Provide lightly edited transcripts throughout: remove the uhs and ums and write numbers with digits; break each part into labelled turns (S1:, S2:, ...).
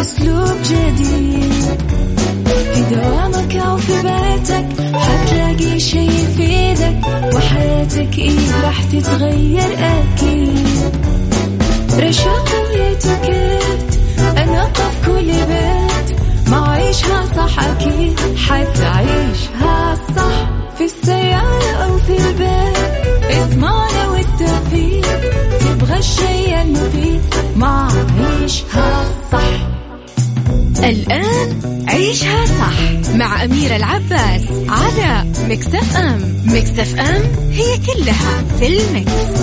S1: بأسلوب جديد. في دوامك أو في بيتك حتلاقي شي يفيدك، وحياتك إيه راح تتغير أكيد. رشاق ويتوكيت أنا قف كل بيت، ما عيشها صح أكيد حتعيشها صح. في السيارة أو في البيت اسمعنا والتوفيق، تبغى الشيء المفيد ما عيشها صح.
S2: الآن عيشها صح مع أميرة العباس على ميكس اف ام. ميكس اف ام هي كلها في الميكس.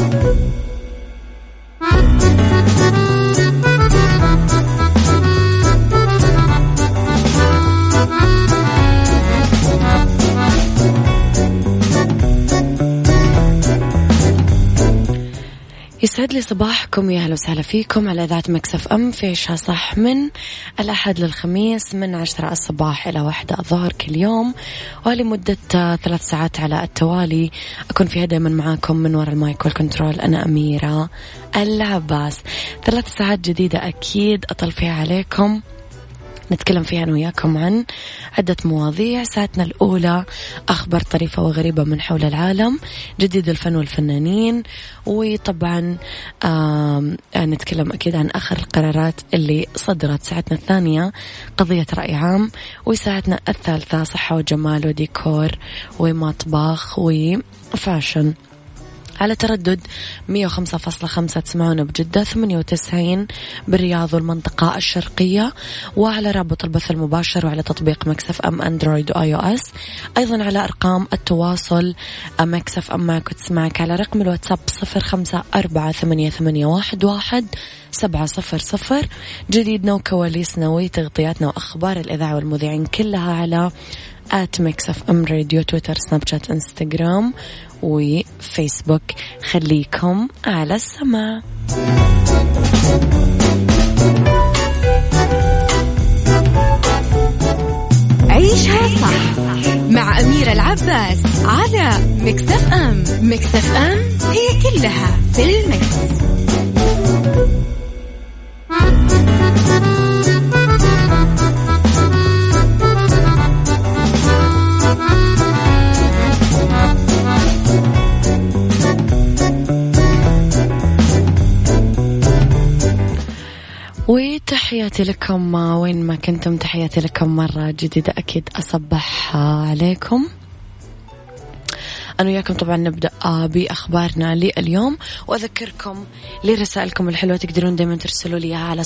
S3: يسعد لي صباحكم، يا أهلا وسهلا فيكم على إذاعة ميكس اف ام في عيشها صح من الأحد للخميس من 10 الصباح إلى 1 الظهر كل يوم، ولمدة 3 ساعات على التوالي. أكون فيها دائما معاكم من وراء المايك والكنترول، أنا أميرة العباس. 3 ساعات جديدة أكيد أطل فيها عليكم، نتكلم فيها أنا وياكم عن عدة مواضيع. ساعتنا الأولى أخبار طريفة وغريبة من حول العالم، جديد الفن والفنانين، وطبعا نتكلم أكيد عن آخر القرارات اللي صدرت. ساعتنا الثانية قضية رأي عام، وساعتنا الثالثة صحة وجمال وديكور ومطبخ وفاشن. على تردد 105.5 تسمعونا بجدة، 98 بالرياض والمنطقة الشرقية، وعلى رابط البث المباشر وعلى تطبيق مكسف أم أندرويد وآي أو إس. أيضا على أرقام التواصل مكسف أم معك وتسمعك على رقم الواتساب 0548811700. جديدنا وكواليسنا وتغطياتنا وأخبار الإذاعة والمذيعين كلها على @مكسف أم راديو، تويتر، سناب شات، إنستغرام وفيسبوك. خليكم على السماع.
S2: عيشها صح مع أميرة العباس على ميكس اف ام. ميكس اف ام هي كلها في الميكس.
S3: وتحياتي لكم وين ما كنتم، تحياتي لكم مرة جديدة. أكيد أصبح عليكم. أنا وياكم طبعا نبدأ بأخبارنا لليوم، وأذكركم لرسائلكم الحلوة تقدرون دايما ترسلوا لي على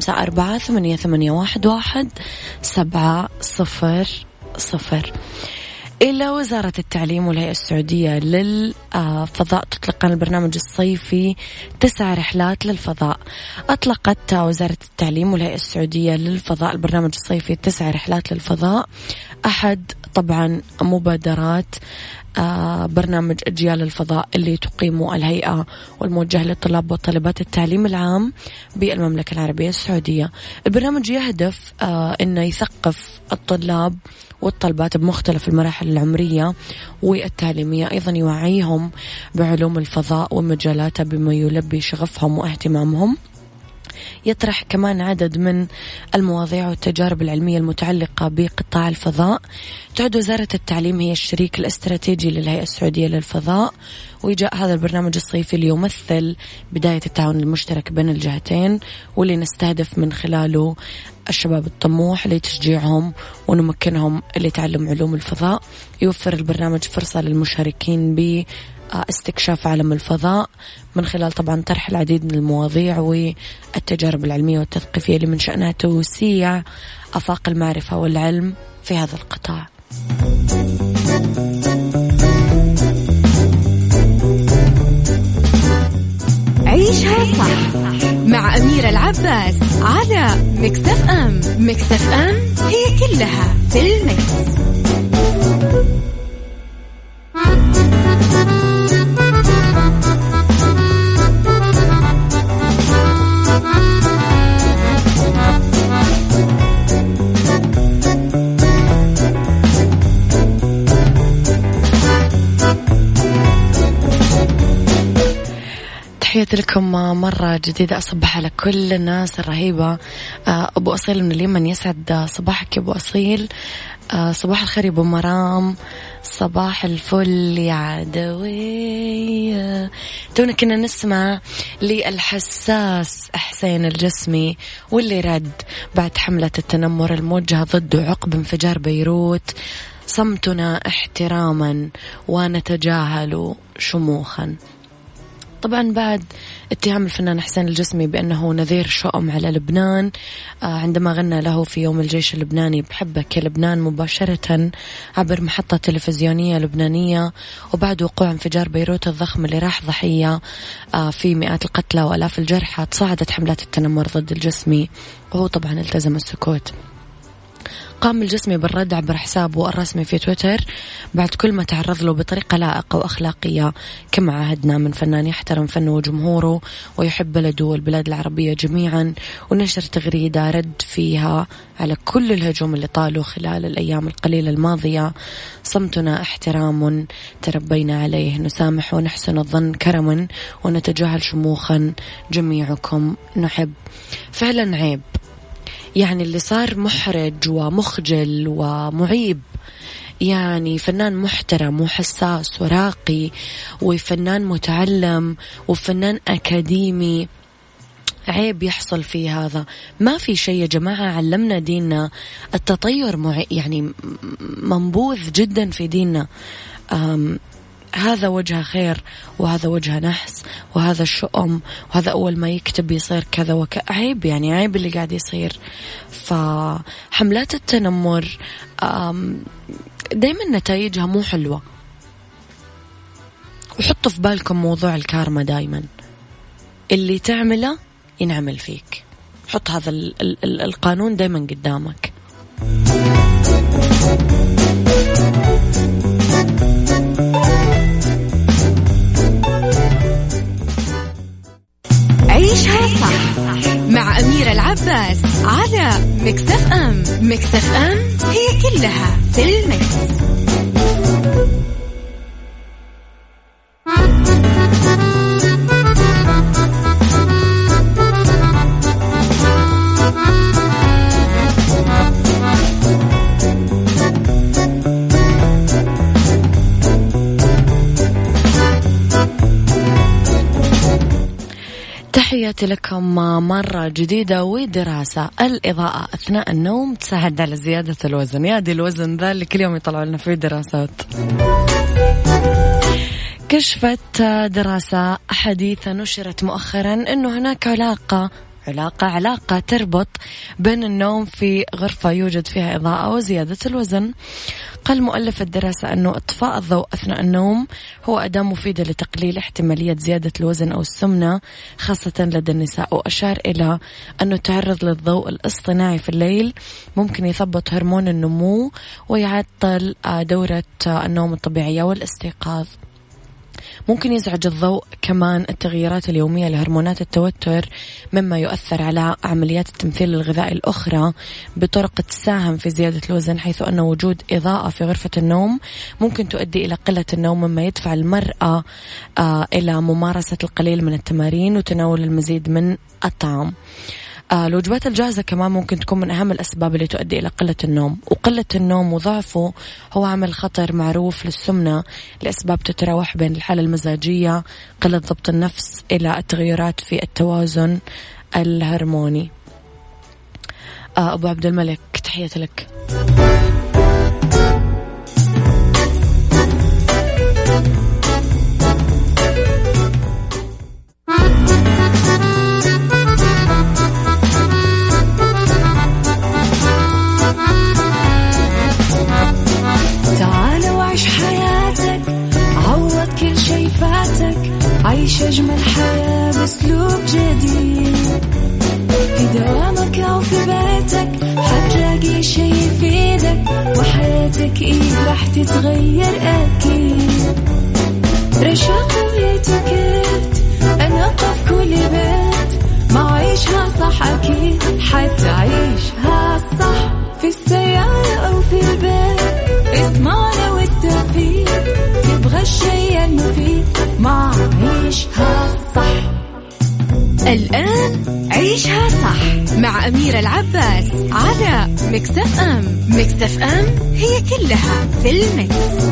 S3: 0548811700. إلى وزارة التعليم والهيئة السعودية للفضاء تطلقان البرنامج الصيفي 9 رحلات للفضاء. أطلقت وزارة التعليم والهيئة السعودية للفضاء البرنامج الصيفي 9 رحلات للفضاء، أحد طبعا مبادرات برنامج أجيال الفضاء اللي تقيم الهيئة والموجه للطلاب وطالبات التعليم العام بالمملكة العربية السعودية. البرنامج يهدف أنه يثقف الطلاب والطلبات بمختلف المراحل العمرية والتعليمية، أيضا يوعيهم بعلوم الفضاء ومجالاته بما يلبي شغفهم واهتمامهم. يطرح كمان عدد من المواضيع والتجارب العلمية المتعلقة بقطاع الفضاء. تعد وزارة التعليم هي الشريك الاستراتيجي للهيئة السعودية للفضاء، وجاء هذا البرنامج الصيفي ليمثل بداية التعاون المشترك بين الجهتين، واللي نستهدف من خلاله الشباب الطموح لتشجيعهم ونمكنهم لتعلم علوم الفضاء. يوفر البرنامج فرصة للمشاركين باستكشاف عالم الفضاء من خلال طبعا طرح العديد من المواضيع والتجارب العلمية والتثقيفية اللي من شأنها توسيع آفاق المعرفة والعلم في هذا القطاع.
S2: عيشها صح مع أميرة العباس على ميكس اف ام. ميكس اف ام هي كلها في الميكس.
S3: تحياتي لكم مرة جديدة. أصبح على كل الناس الرهيبة. أبو أصيل من اليمن، يسعد صباحك يا أبو أصيل. صباح الخير يا أبو مرام، صباح الفل يا عدوية. تونا كنا نسمع للحساس حسين الجسمي واللي رد بعد حملة التنمر الموجهة ضده عقب انفجار بيروت: صمتنا احتراما ونتجاهل شموخا. طبعا بعد اتهام الفنان حسين الجسمي بأنه نذير شؤم على لبنان عندما غنى له في يوم الجيش اللبناني بحبك يا لبنان مباشرة عبر محطة تلفزيونية لبنانية، وبعد وقوع انفجار بيروت الضخم اللي راح ضحية في مئات القتلى وآلاف الجرحى، تصاعدت حملات التنمر ضد الجسمي، وهو طبعا التزم السكوت. قام الجسمي بالرد عبر حسابه الرسمي في تويتر بعد كل ما تعرض له بطريقة لائقة وأخلاقية كما عهدنا من فنان يحترم فنه وجمهوره ويحب بلده والبلاد العربية جميعا، ونشر تغريدة رد فيها على كل الهجوم اللي طالوا خلال الأيام القليلة الماضية: صمتنا احترام تربينا عليه، نسامح ونحسن الظن كرما ونتجاهل شموخا، جميعكم نحب. فعلا عيب، يعني اللي صار محرج ومخجل ومعيب. يعني فنان محترم وحساس وراقي وفنان متعلم وفنان أكاديمي، عيب يحصل فيه هذا. ما في شيء يا جماعة، علمنا ديننا التطير يعني منبوذ جدا في ديننا. هذا وجه خير وهذا وجه نحس وهذا الشؤم وهذا أول ما يكتب يصير كذا عيب، يعني عيب اللي قاعد يصير. فحملات التنمر دايما نتائجها مو حلوة، وحطوا في بالكم موضوع الكارما دايما، اللي تعمله ينعمل فيك. حط هذا القانون دايما قدامك.
S2: عيشها صح مع أميرة العباس على مكسف أم. مكسف أم هي كلها في المكس.
S3: تحياتي لكم مرة جديدة. ودراسة: الإضاءة أثناء النوم تساعد على زيادة الوزن. يا دي الوزن ذا اللي كل يوم يطلعوا لنا فيه دراسات. كشفت دراسة حديثة نشرت مؤخرا أنه هناك علاقة تربط بين النوم في غرفة يوجد فيها إضاءة وزيادة الوزن. قال مؤلف الدراسة أنه إطفاء الضوء أثناء النوم هو أداة مفيدة لتقليل احتمالية زيادة الوزن أو السمنة خاصة لدى النساء، وأشار إلى أنه التعرض للضوء الاصطناعي في الليل ممكن يثبط هرمون النمو ويعطل دورة النوم الطبيعية والاستيقاظ. ممكن يزعج الضوء كمان التغييرات اليومية لهرمونات التوتر، مما يؤثر على عمليات التمثيل الغذائي الأخرى بطرق تساهم في زيادة الوزن، حيث أن وجود إضاءة في غرفة النوم ممكن تؤدي إلى قلة النوم، مما يدفع المرأة إلى ممارسة القليل من التمارين وتناول المزيد من الطعام. الوجبات الجاهزة كمان ممكن تكون من أهم الأسباب اللي تؤدي إلى قلة النوم، وقلة النوم وضعفه هو عامل خطر معروف للسمنة لأسباب تتراوح بين الحالة المزاجية، قلة ضبط النفس، إلى التغيرات في التوازن الهرموني. أبو عبد الملك، تحياتي لك.
S1: عيش أجمل حياة بأسلوب جديد، في دوامك أو في بيتك حتلاقي شي يفيدك، وحياتك راح تتغير أكيد. رشاق ويتوكيت أنا قف كل بيت، ما عيشها صح أكيد حتعيشها صح، في السيارة أو في البيت اسمعنا والتوفيق، تبغى الشي المفيد ما عيشها صح.
S2: الآن عيشها صح مع أميرة العباس على مكسف أم. مكسف أم هي كلها في المكس.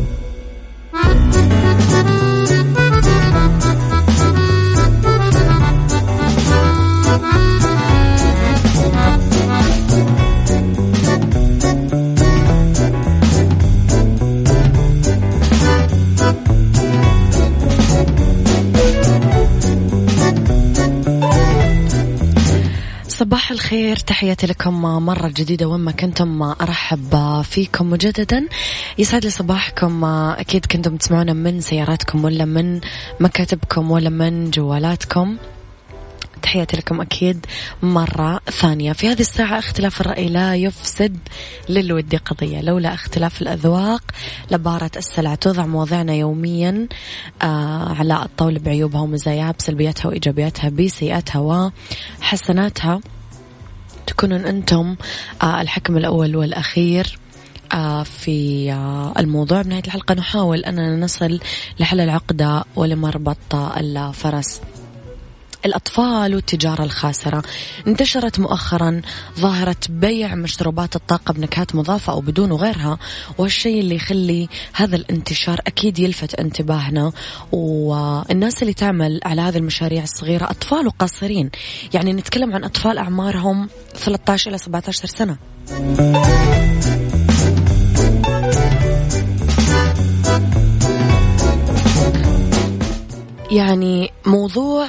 S3: صباح الخير، تحياتي لكم مرة جديدة وين ما كنتم، أرحب فيكم مجددا. يسعد لي صباحكم. أكيد كنتم تسمعونا من سياراتكم ولا من مكاتبكم ولا من جوالاتكم. تحياتي لكم أكيد مرة ثانية. في هذه الساعة اختلاف الرأي لا يفسد للود قضية، لولا اختلاف الأذواق لبارة السلع. توضع مواضيعنا يوميا على الطاولة بعيوبها ومزاياها، بسلبياتها وإيجابياتها، بسيئاتها وحسناتها. تكونون أنتم الحكم الأول والأخير في الموضوع. بنهاية الحلقة نحاول أننا نصل لحل العقدة ولمربط الفرس. الأطفال والتجارة الخاسرة. انتشرت مؤخرا ظاهرة بيع مشروبات الطاقة بنكهات مضافة أو بدون وغيرها، والشيء اللي يخلي هذا الانتشار أكيد يلفت انتباهنا. والناس اللي تعمل على هذه المشاريع الصغيرة أطفال وقاصرين، يعني نتكلم عن أطفال أعمارهم 13 إلى 17 سنة. يعني موضوع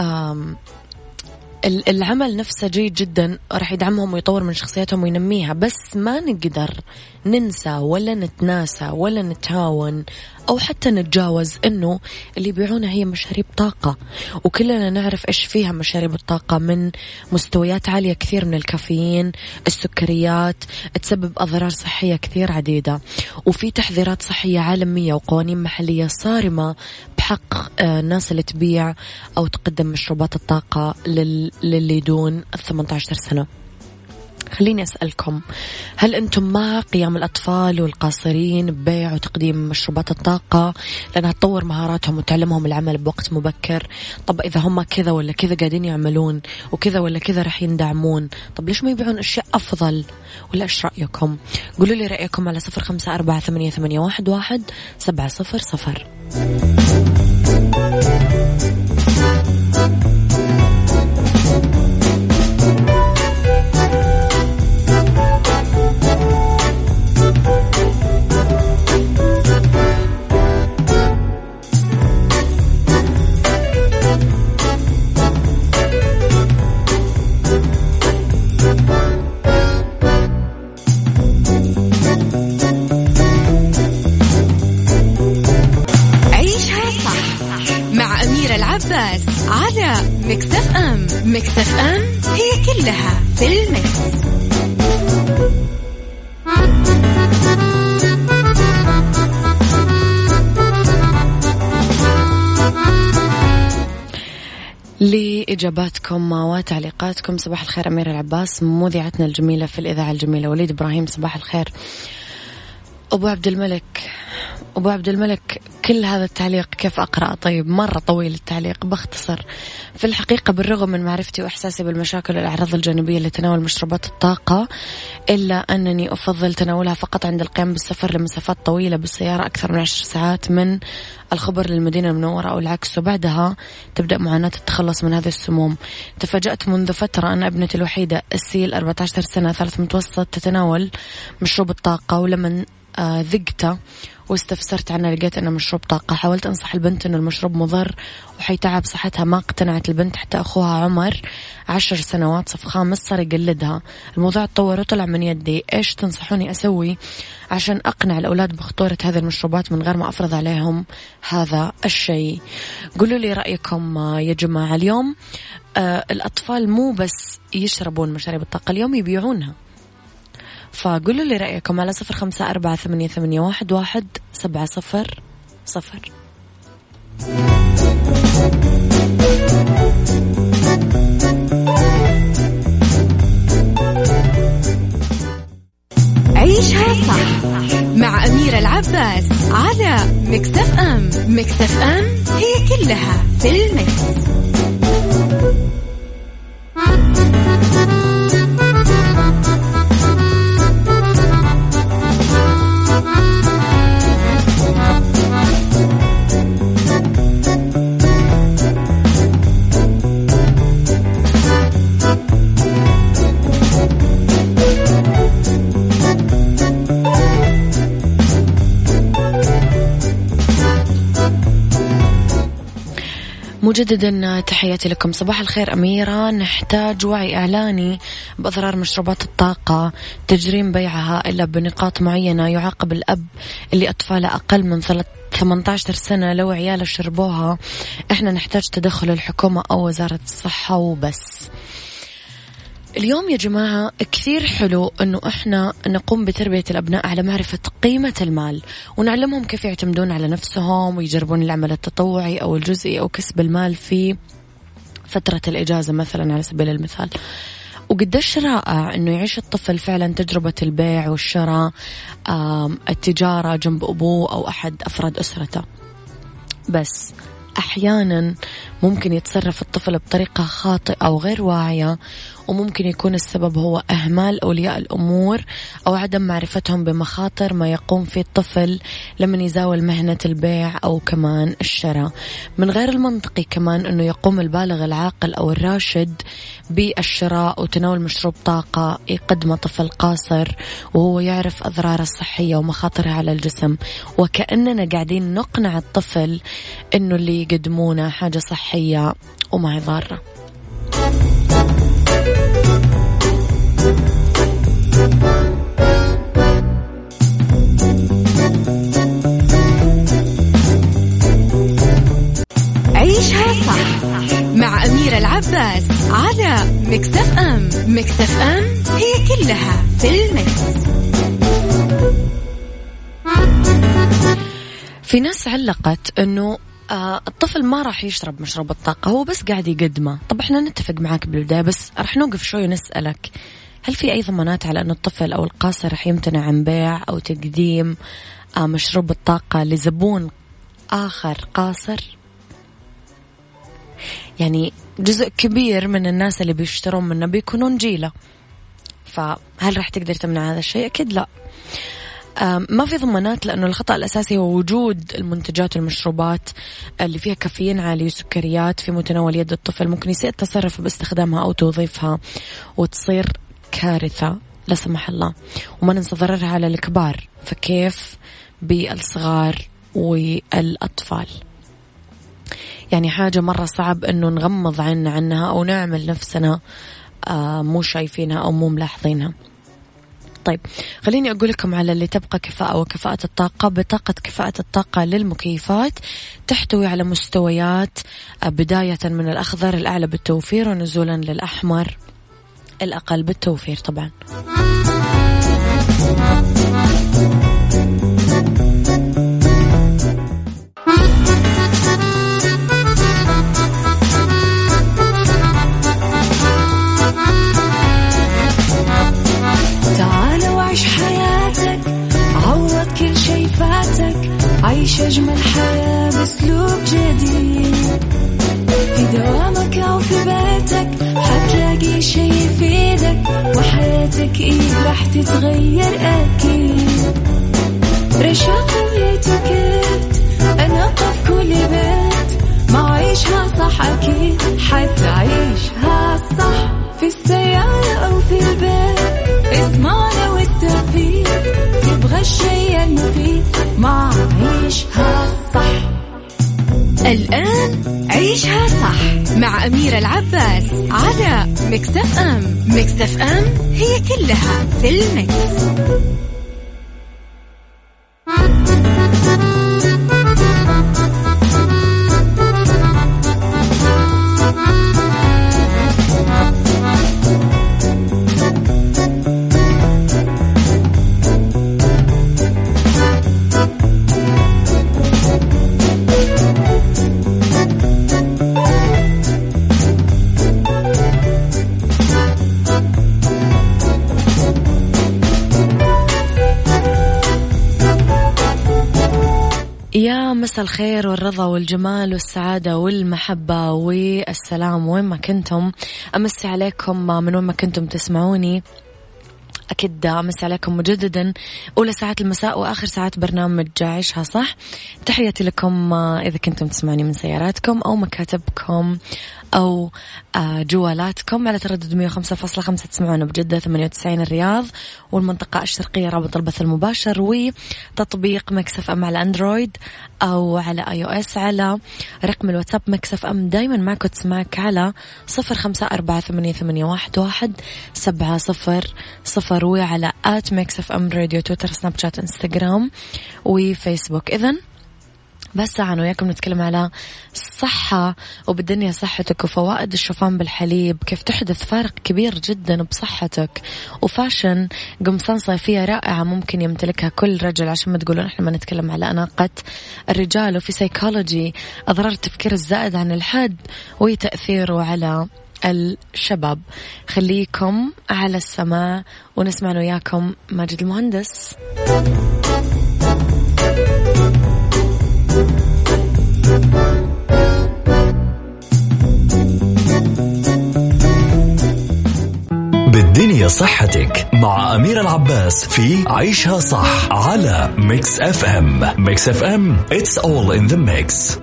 S3: العمل نفسه جيد جدا، راح يدعمهم ويطور من شخصياتهم وينميها، بس ما نقدر ننسى ولا نتناسى ولا نتهاون أو حتى نتجاوز إنه اللي يبيعونها هي مشاريب طاقة، وكلنا نعرف إيش فيها مشاريب الطاقة من مستويات عالية كثير من الكافيين، السكريات، تسبب أضرار صحية كثير عديدة، وفي تحذيرات صحية عالمية وقوانين محلية صارمة بحق الناس اللي تبيع أو تقدم مشروبات الطاقة للي دون 18 سنة. خليني أسألكم، هل أنتم مع قيام الأطفال والقاصرين ببيع وتقديم مشروبات الطاقة لأنها تطور مهاراتهم وتعلمهم العمل بوقت مبكر؟ طب إذا هم كذا ولا كذا قاعدين يعملون وكذا ولا كذا رح يندعمون، طب ليش ما يبيعون أشياء أفضل؟ ولا إيش رأيكم؟ قولوا لي رأيكم على 0548811700.
S2: على مكسف أم. مكسف أم هي كلها في المكس. لإجاباتكم وتعليقاتكم. صباح الخير أميرة العباس، مذيعتنا الجميلة في الإذاعة الجميلة. وليد إبراهيم صباح الخير. أبو عبد الملك كل هذا التعليق كيف أقرأ؟ طيب مرة طويل التعليق، بختصر. في الحقيقة بالرغم من معرفتي وإحساسي بالمشاكل والأعراض الجانبية لتناول مشروبات الطاقة، إلا أنني أفضل تناولها فقط عند القيام بالسفر لمسافات طويلة بالسيارة أكثر من 10 ساعات من الخبر للمدينة المنورة أو العكس، وبعدها تبدأ معاناة التخلص من هذه السموم. تفاجأت منذ فترة أن ابنتي الوحيدة السيل 14 سنة ثالث متوسط تتناول مشروب الطاقة، ولما ذقته واستفسرت عنه لقيت أنه مشروب طاقة. حاولت أنصح البنت أنه المشروب مضر وحيتعب صحتها، ما اقتنعت البنت، حتى أخوها عمر 10 سنوات صف خامس صار يقلدها. الموضوع تطور وطلع من يدي. إيش تنصحوني أسوي عشان أقنع الأولاد بخطورة هذه المشروبات من غير ما أفرض عليهم هذا الشيء؟ قولوا لي رأيكم يا جماعة. اليوم الأطفال مو بس يشربون مشاريب الطاقة، اليوم يبيعونها. فقولوا لي رأيكم على 0548811700. عيشها صح مع أميرة العباس على مكسف أم. مكسف أم هي كلها في المكس. مجددا تحياتي لكم، صباح الخير أميرة. نحتاج وعي إعلاني بأضرار مشروبات الطاقة، تجريم بيعها إلا بنقاط معينة، يعاقب الأب اللي أطفاله أقل من 18 سنة لو عياله شربوها. إحنا نحتاج تدخل الحكومة أو وزارة الصحة وبس. اليوم يا جماعة كثير حلو أنه إحنا نقوم بتربية الأبناء على معرفة قيمة المال، ونعلمهم كيف يعتمدون على نفسهم ويجربون العمل التطوعي أو الجزئي أو كسب المال في فترة الإجازة مثلا على سبيل المثال. وقديش رائع أنه يعيش الطفل فعلا تجربة البيع والشراء، التجارة جنب أبوه أو أحد أفراد أسرته. بس أحيانا ممكن يتصرف الطفل بطريقة خاطئة أو غير واعية، وممكن يكون السبب هو إهمال أولياء الأمور أو عدم معرفتهم بمخاطر ما يقوم فيه الطفل لمن يزاول مهنة البيع أو كمان الشراء. من غير المنطقي كمان أنه يقوم البالغ العاقل أو الراشد بالشراء وتناول مشروب طاقة يقدمه طفل قاصر وهو يعرف أضرار الصحية ومخاطرها على الجسم، وكأننا قاعدين نقنع الطفل أنه اللي يقدمونه حاجة صحية وما هي ضارة.
S1: عيشها صح مع أميرة العباس على ميكس اف ام. ميكس اف ام هي كلها في الميكس.
S2: في ناس علقت أنه الطفل ما راح يشرب مشروب الطاقة، هو بس قاعد يقدمه. طب احنا نتفق معاك بالبداية، بس راح نوقف شوي ونسألك، هل في أي ضمانات على أن الطفل أو القاصر راح يمتنع عن بيع أو تقديم مشروب الطاقة لزبون آخر قاصر؟ يعني جزء كبير من الناس اللي بيشترون منه بيكونون جيلة، فهل راح تقدر تمنع هذا الشيء؟ أكيد لا. ما في ضمانات، لأنه الخطأ الأساسي هو وجود المنتجات والمشروبات اللي فيها كافيين عالي وسكريات في متناول يد الطفل. ممكن يسيء التصرف باستخدامها أو توظيفها وتصير كارثة لا سمح الله، وما ننسى ضررها على الكبار، فكيف بالصغار والأطفال؟ يعني حاجة مرة صعب أنه نغمض عنا عنها أو نعمل نفسنا مو شايفينها أو مو ملاحظينها. طيب خليني أقول لكم على اللي تبقى كفاءة وكفاءة الطاقة. بطاقة كفاءة الطاقة للمكيفات تحتوي على مستويات بداية من الأخضر الأعلى بالتوفير ونزولا للأحمر الأقل بالتوفير طبعا.
S1: عيش أجمل حياة بأسلوب جديد، في دوامك أو في بيتك حتلاقي شي يفيدك، وحياتك إيه راح تتغير أكيد. رشاق ويتوكيت أنا قف كل بيت، ما عيشها صح أكيد حتعيشها صح، في السيارة أو في البيت اسمعنا والتوفيق، تبغى الشيء المفيد ما عيشها صح. الآن عيشها صح مع أميرة العباس على ميكس اف ام. ميكس اف ام هي كلها في الميكس.
S2: يا مساء الخير والرضا والجمال والسعادة والمحبة والسلام وين ما كنتم. أمسي عليكم من وين ما كنتم تسمعوني. أكيد أمسي عليكم مجددا، أولى ساعات المساء وآخر ساعات برنامج عيشها صح. تحياتي لكم إذا كنتم تسمعوني من سياراتكم أو مكاتبكم
S3: أو جوالاتكم على تردد 105.5 تسمعونا بجدة، 98 الرياض والمنطقة الشرقية، رابط البث المباشر، وتطبيق مكسف أم على أندرويد أو على iOS. على رقم الواتساب مكسف أم دايما معكم تسمعك على 0548811700 وعلى مكسف أم راديو، تويتر، سناب شات، انستغرام وفيسبوك. إذن بس أنا وياكم نتكلم على الصحة وبالدنيا صحتك وفوائد الشوفان بالحليب، كيف تحدث فارق كبير جدا بصحتك، وفاشن قمصان صيفية رائعة ممكن يمتلكها كل رجل، عشان ما تقولون احنا ما نتكلم على أناقة الرجال. وفي سيكولوجي أضرار التفكير الزائد عن الحد وتأثيره على الشباب. خليكم على السماع ونسمع وياكم ماجد المهندس.
S4: بالدنيا صحتك مع أميرة العباس في عيشها صح على ميكس اف ام. ميكس اف ام it's all in the mix.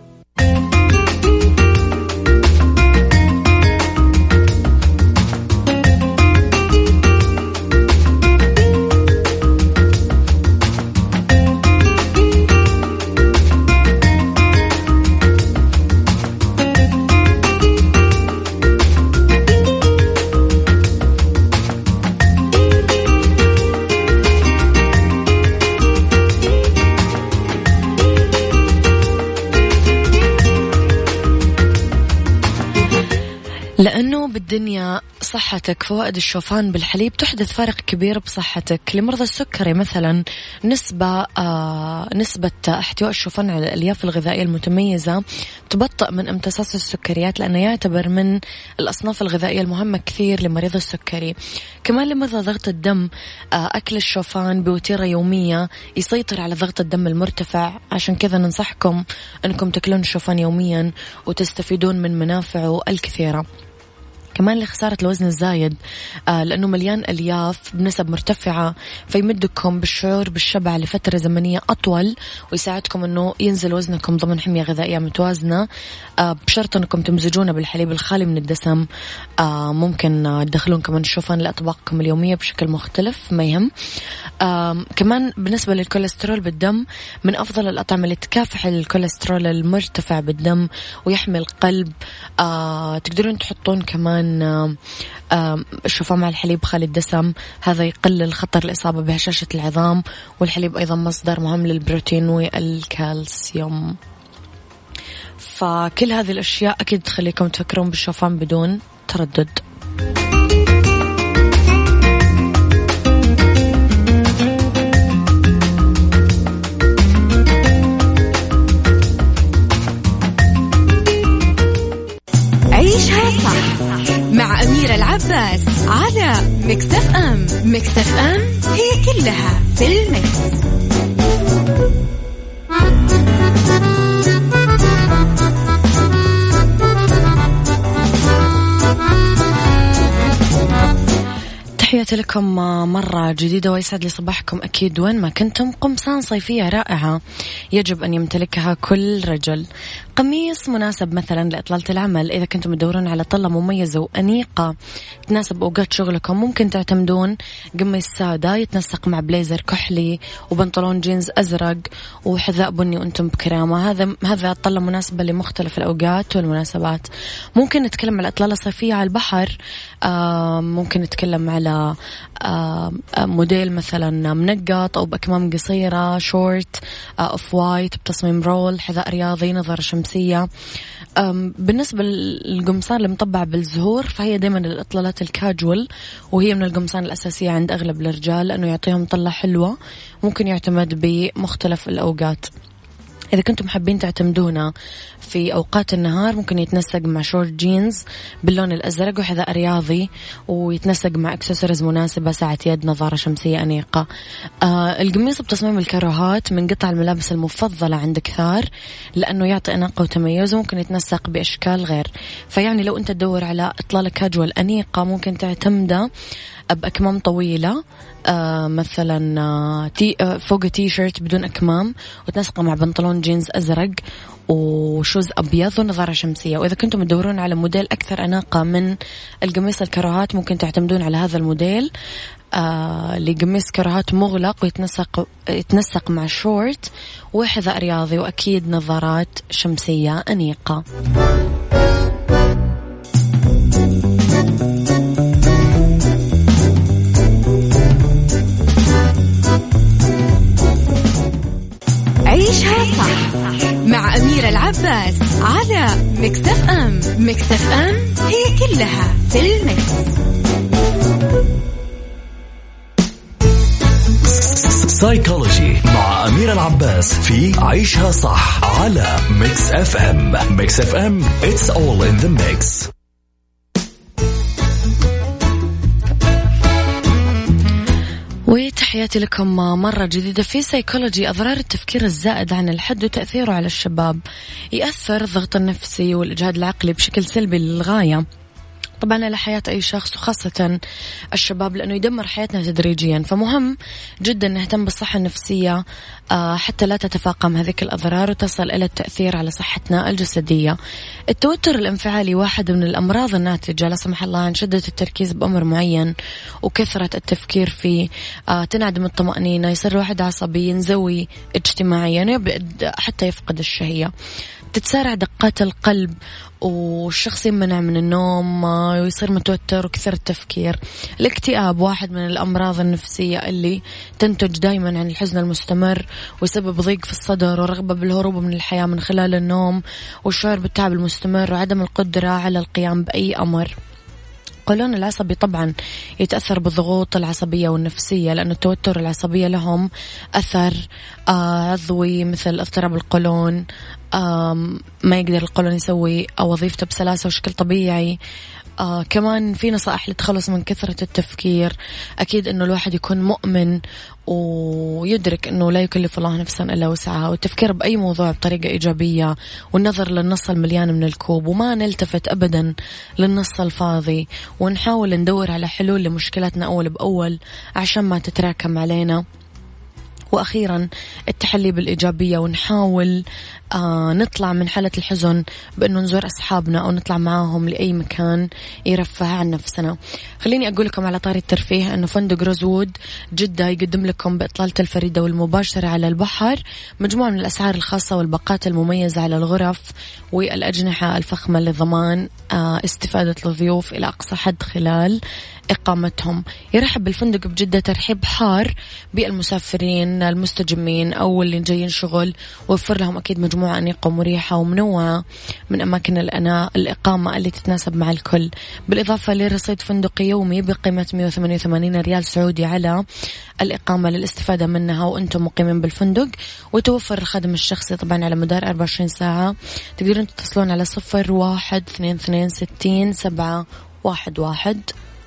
S3: لأنه بالدنيا صحتك فوائد الشوفان بالحليب تحدث فارق كبير بصحتك. لمرضى السكري مثلا نسبة احتواء الشوفان على الألياف الغذائية المتميزة تبطئ من امتصاص السكريات، لأنه يعتبر من الأصناف الغذائية المهمة كثير لمريض السكري. كمان لمرضى ضغط الدم أكل الشوفان بوتيرة يومية يسيطر على ضغط الدم المرتفع، عشان كذا ننصحكم أنكم تأكلون الشوفان يوميا وتستفيدون من منافعه الكثيرة. كمان لخسارة الوزن الزايد لأنه مليان ألياف بنسب مرتفعة، فيمدكم بالشعور بالشبع لفترة زمنية أطول، ويساعدكم أنه ينزل وزنكم ضمن حمية غذائية متوازنة، بشرط أنكم تمزجونه بالحليب الخالي من الدسم. ممكن تدخلون كمان الشوفان لأطباقكم اليومية بشكل مختلف، ما يهم. كمان بالنسبة للكوليسترول بالدم، من أفضل الأطعمة اللي تكافح الكوليسترول المرتفع بالدم ويحمي القلب. تقدرون تحطون كمان الشوفان مع الحليب خالي الدسم، هذا يقلل خطر الإصابة بهشاشة العظام، والحليب أيضا مصدر مهم للبروتين والكالسيوم. فكل هذه الأشياء أكيد تخليكم تفكرون بالشوفان بدون تردد.
S1: عيشها صح مع أميرة العباس على ميكس اف ام. ميكس اف ام هي كلها في الميكس.
S3: تحياتي لكم مرة جديدة ويسعد لي صباحكم أكيد وين ما كنتم. قمصان صيفية رائعة يجب أن يمتلكها كل رجل. قميص مناسب مثلا لإطلالة العمل، إذا كنتم تدورون على طلة مميزة وأنيقة تناسب أوقات شغلكم، ممكن تعتمدون قميص سادة يتنسق مع بليزر كحلي وبنطلون جينز أزرق وحذاء بني وأنتم بكرامة. هذا طلة مناسبة لمختلف الأوقات والمناسبات. ممكن نتكلم على إطلالة صيفية على البحر، ممكن نتكلم على موديل مثلا منقط أو بأكمام قصيرة، شورت أوف وايت بتصميم رول، حذاء رياضي، نظارة شمسية. بالنسبة للقمصان المطبعة بالزهور فهي دائما الإطلالات الكاجوال، وهي من القمصان الأساسية عند أغلب الرجال لأنه يعطيهم طلة حلوة، ممكن يعتمد بمختلف الأوقات. إذا كنتم حابين تعتمدونه في أوقات النهار ممكن يتنسق مع شورت جينز باللون الأزرق وحذاء رياضي، ويتنسق مع أكسسوارز مناسبة، ساعة يد، نظارة شمسية أنيقة. القميص بتصميم الكاروهات من قطع الملابس المفضلة عند كثار لأنه يعطي أناقة وتميز، وممكن يتنسق بأشكال غير. فيعني لو أنت تدور على إطلالة كاجوال أنيقة ممكن تعتمده بأكمام طويلة، مثلا فوق تي شيرت بدون أكمام وتنسق مع بنطلون جينز أزرق،
S2: وشوز أبيض ونظارة شمسية. وإذا كنتم تدورون على موديل أكثر أناقة من القميص الكراهات ممكن تعتمدون على هذا الموديل لقميص كراهات مغلق ويتنسق مع شورت وحذاء رياضي وأكيد نظارات شمسية أنيقة.
S1: عيشها صح مع أميرة العباس على ميكس اف ام. ميكس اف ام هي كلها في الميكس.
S4: سايكولوجي مع أميرة العباس في عيشها صح على ميكس اف ام. ميكس اف ام it's all in the mix.
S2: وتحياتي لكم مرة جديدة في سايكولوجي. أضرار التفكير الزائد عن الحد وتأثيره على الشباب. يأثر الضغط النفسي والإجهاد العقلي بشكل سلبي للغاية طبعا على حياة أي شخص وخاصة الشباب لأنه يدمر حياتنا تدريجيا. فمهم جدا نهتم بالصحة النفسية حتى لا تتفاقم هذيك الأضرار وتصل إلى التأثير على صحتنا الجسدية. التوتر الانفعالي واحد من الأمراض الناتجة لا سمح الله عن شدة التركيز بأمر معين وكثرة التفكير فيه. تنعدم الطمأنينة، يصير الواحد عصبي، ينزوي اجتماعيا، يبدأ حتى يفقد الشهية، تتسارع دقات القلب والشخص يمنع من النوم ويصير متوتر وكثر التفكير. الاكتئاب واحد من الأمراض النفسية اللي تنتج دايما عن الحزن المستمر ويسبب ضيق في الصدر ورغبة بالهروب من الحياة من خلال النوم والشعور بالتعب المستمر وعدم القدرة على القيام بأي أمر. القولون العصبي طبعا يتأثر بالضغوط العصبية والنفسية لأن التوتر العصبية لهم أثر عضوي مثل اضطراب القولون، ما يقدر القولون يسوي وظيفته بسلاسة وشكل طبيعي. كمان في نصائح للتخلص من كثرة التفكير. أكيد أنه الواحد يكون مؤمن ويدرك أنه لا يكلف الله نفسا إلا وسعها والتفكير بأي موضوع بطريقة إيجابية والنظر للنص المليان من الكوب وما نلتفت أبدا للنص الفاضي ونحاول ندور على حلول لمشكلاتنا أول بأول عشان ما تتراكم علينا. وأخيرا التحلي بالإيجابية ونحاول نطلع من حالة الحزن بأنه نزور أصحابنا أو نطلع معاهم لأي مكان يرفه عن نفسنا. خليني أقول لكم على طاري الترفيه أنه فندق روزوود جدة يقدم لكم بإطلالة الفريدة والمباشرة على البحر مجموعة من الأسعار الخاصة والباقات المميزة على الغرف والأجنحة الفخمة لضمان استفادة الضيوف إلى أقصى حد خلال إقامتهم. يرحب بالفندق بجدة ترحيب حار بالمسافرين المستجمين أو اللي جايين شغل ويوفر لهم أكيد مجموعة أنيقة ومريحة ومنوعة من أماكن الإقامة اللي تتناسب مع الكل، بالإضافة لرصيد فندقي يومي بقيمة 188 ريال سعودي على الإقامة للاستفادة منها وأنتم مقيمين بالفندق. وتوفر الخدم الشخصي طبعا على مدار 24 ساعة. تقدرون تتصلون على 01-22-60-711.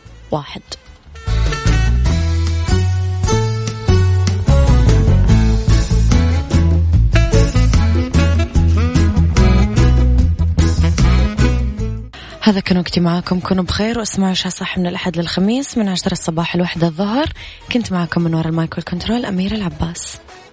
S2: هذا كان وقتي معاكم، كونوا بخير واسمعوا عيشها صح من الأحد للخميس من 10 الصباح ل1 الظهر. كنت معاكم من وراء المايك والكنترول أميرة العباس.